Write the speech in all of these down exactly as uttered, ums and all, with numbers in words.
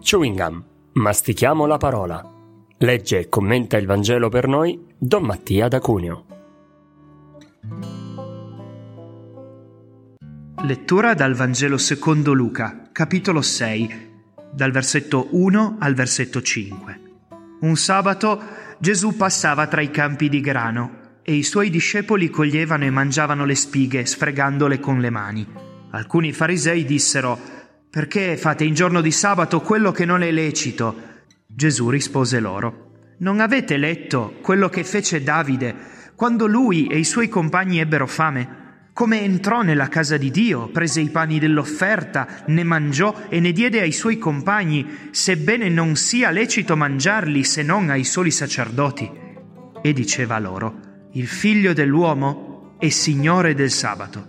Chewing gum, mastichiamo la parola. Legge e commenta il Vangelo per noi Don Mattia da Cuneo. Lettura dal Vangelo secondo Luca, capitolo sei, dal versetto uno al versetto cinque. Un sabato Gesù passava tra i campi di grano e i suoi discepoli coglievano e mangiavano le spighe sfregandole con le mani. Alcuni farisei dissero: «Perché fate in giorno di sabato quello che non è lecito?» Gesù rispose loro: «Non avete letto quello che fece Davide quando lui e i suoi compagni ebbero fame? Come entrò nella casa di Dio, prese i pani dell'offerta, ne mangiò e ne diede ai suoi compagni, sebbene non sia lecito mangiarli se non ai soli sacerdoti. E diceva loro: il figlio dell'uomo è Signore del sabato».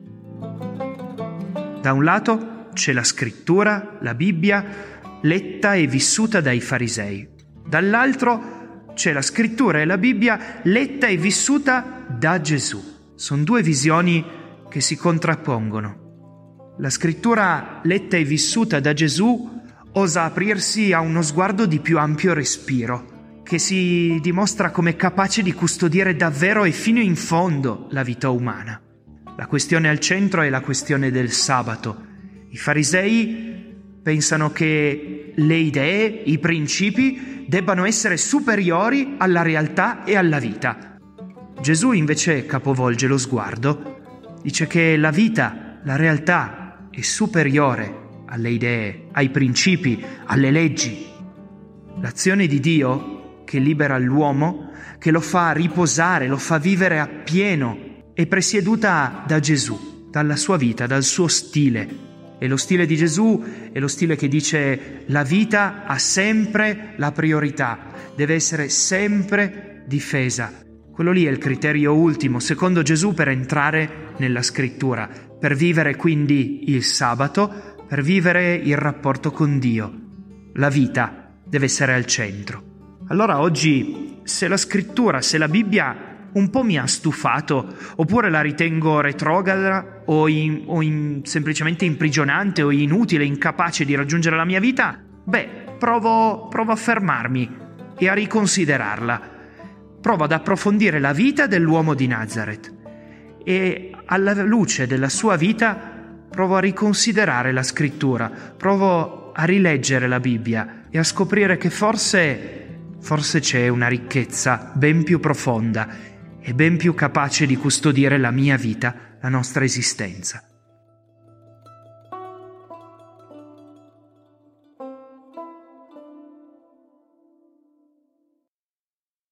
Da un lato c'è la scrittura, la Bibbia, letta e vissuta dai farisei. Dall'altro c'è la scrittura e la Bibbia letta e vissuta da Gesù. Sono due visioni che si contrappongono. La scrittura letta e vissuta da Gesù osa aprirsi a uno sguardo di più ampio respiro, che si dimostra come capace di custodire davvero e fino in fondo la vita umana. La questione al centro è la questione del sabato. I farisei pensano che le idee, i principi debbano essere superiori alla realtà e alla vita. Gesù invece capovolge lo sguardo, dice che la vita, la realtà è superiore alle idee, ai principi, alle leggi. L'azione di Dio che libera l'uomo, che lo fa riposare, lo fa vivere appieno, è presieduta da Gesù, dalla sua vita, dal suo stile. E lo stile di Gesù è lo stile che dice: la vita ha sempre la priorità, deve essere sempre difesa. Quello lì è il criterio ultimo, secondo Gesù, per entrare nella scrittura, per vivere quindi il sabato, per vivere il rapporto con Dio. La vita deve essere al centro. Allora oggi, se la scrittura, se la Bibbia un po' mi ha stufato, oppure la ritengo retrograda o, in, o in, semplicemente imprigionante o inutile, incapace di raggiungere la mia vita, beh, provo, provo a fermarmi e a riconsiderarla. Provo ad approfondire la vita dell'uomo di Nazareth e alla luce della sua vita provo a riconsiderare la scrittura, provo a rileggere la Bibbia e a scoprire che forse, forse c'è una ricchezza ben più profonda e ben più capace di custodire la mia vita, la nostra esistenza.